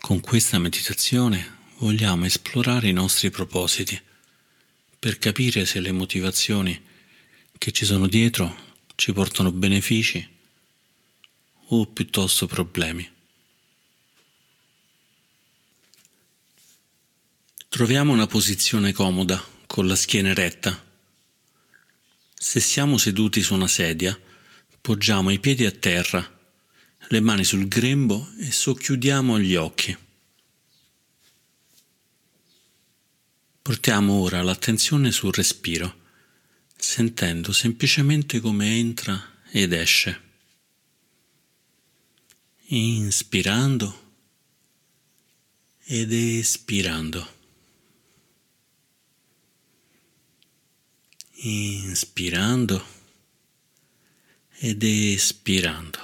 Con questa meditazione vogliamo esplorare i nostri propositi per capire se le motivazioni che ci sono dietro ci portano benefici o piuttosto problemi. Troviamo una posizione comoda con la schiena eretta. Se siamo seduti su una sedia, poggiamo i piedi a terra, le mani sul grembo e socchiudiamo gli occhi. Portiamo ora l'attenzione sul respiro, sentendo semplicemente come entra ed esce. Inspirando ed espirando. Inspirando ed espirando.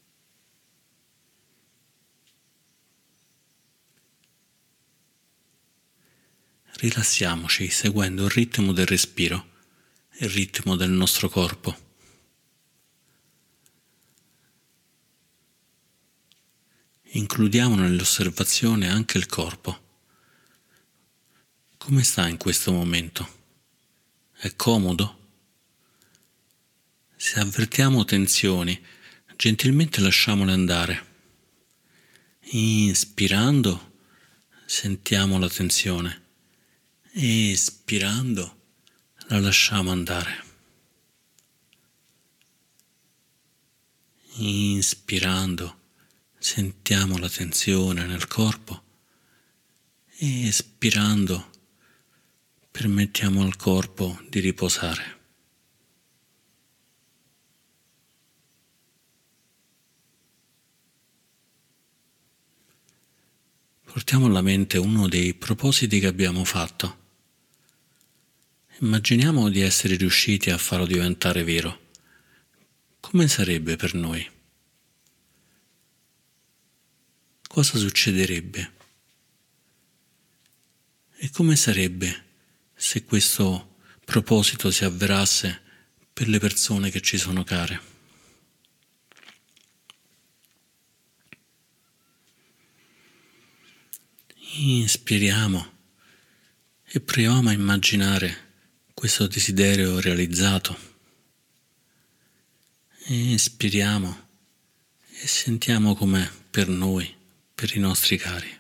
Rilassiamoci seguendo il ritmo del respiro e il ritmo del nostro corpo. Includiamo nell'osservazione anche il corpo. Come sta in questo momento? È comodo? Se avvertiamo tensioni, gentilmente lasciamole andare. Inspirando, sentiamo la tensione. Espirando, la lasciamo andare. Inspirando, sentiamo la tensione nel corpo. Espirando, permettiamo al corpo di riposare. Portiamo alla mente uno dei propositi che abbiamo fatto. Immaginiamo di essere riusciti a farlo diventare vero. Come sarebbe per noi? Cosa succederebbe? E come sarebbe se questo proposito si avverasse per le persone che ci sono care? Inspiriamo e proviamo a immaginare questo desiderio realizzato. Espiriamo e sentiamo com'è per noi, per i nostri cari.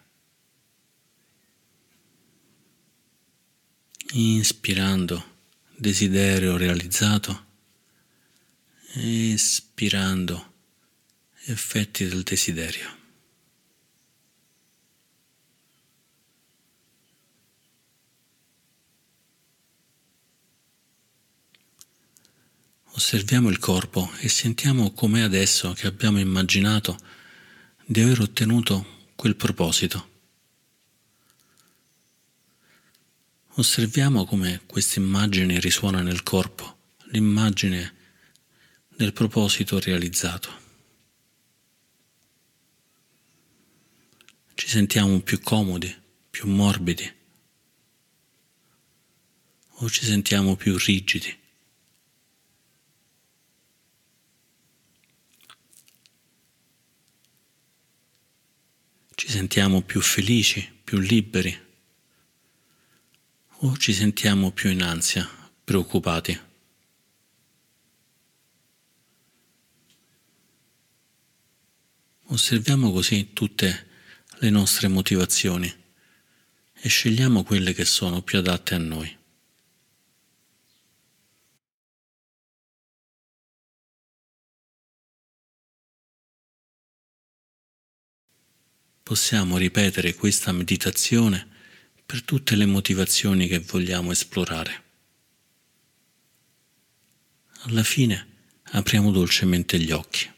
Inspirando, desiderio realizzato. Espirando, effetti del desiderio. Osserviamo il corpo e sentiamo com'è adesso che abbiamo immaginato di aver ottenuto quel proposito. Osserviamo come questa immagine risuona nel corpo, l'immagine del proposito realizzato. Ci sentiamo più comodi, più morbidi, o ci sentiamo più rigidi. Ci sentiamo più felici, più liberi, o ci sentiamo più in ansia, preoccupati. Osserviamo così tutte le nostre motivazioni e scegliamo quelle che sono più adatte a noi. Possiamo ripetere questa meditazione per tutte le motivazioni che vogliamo esplorare. Alla fine apriamo dolcemente gli occhi.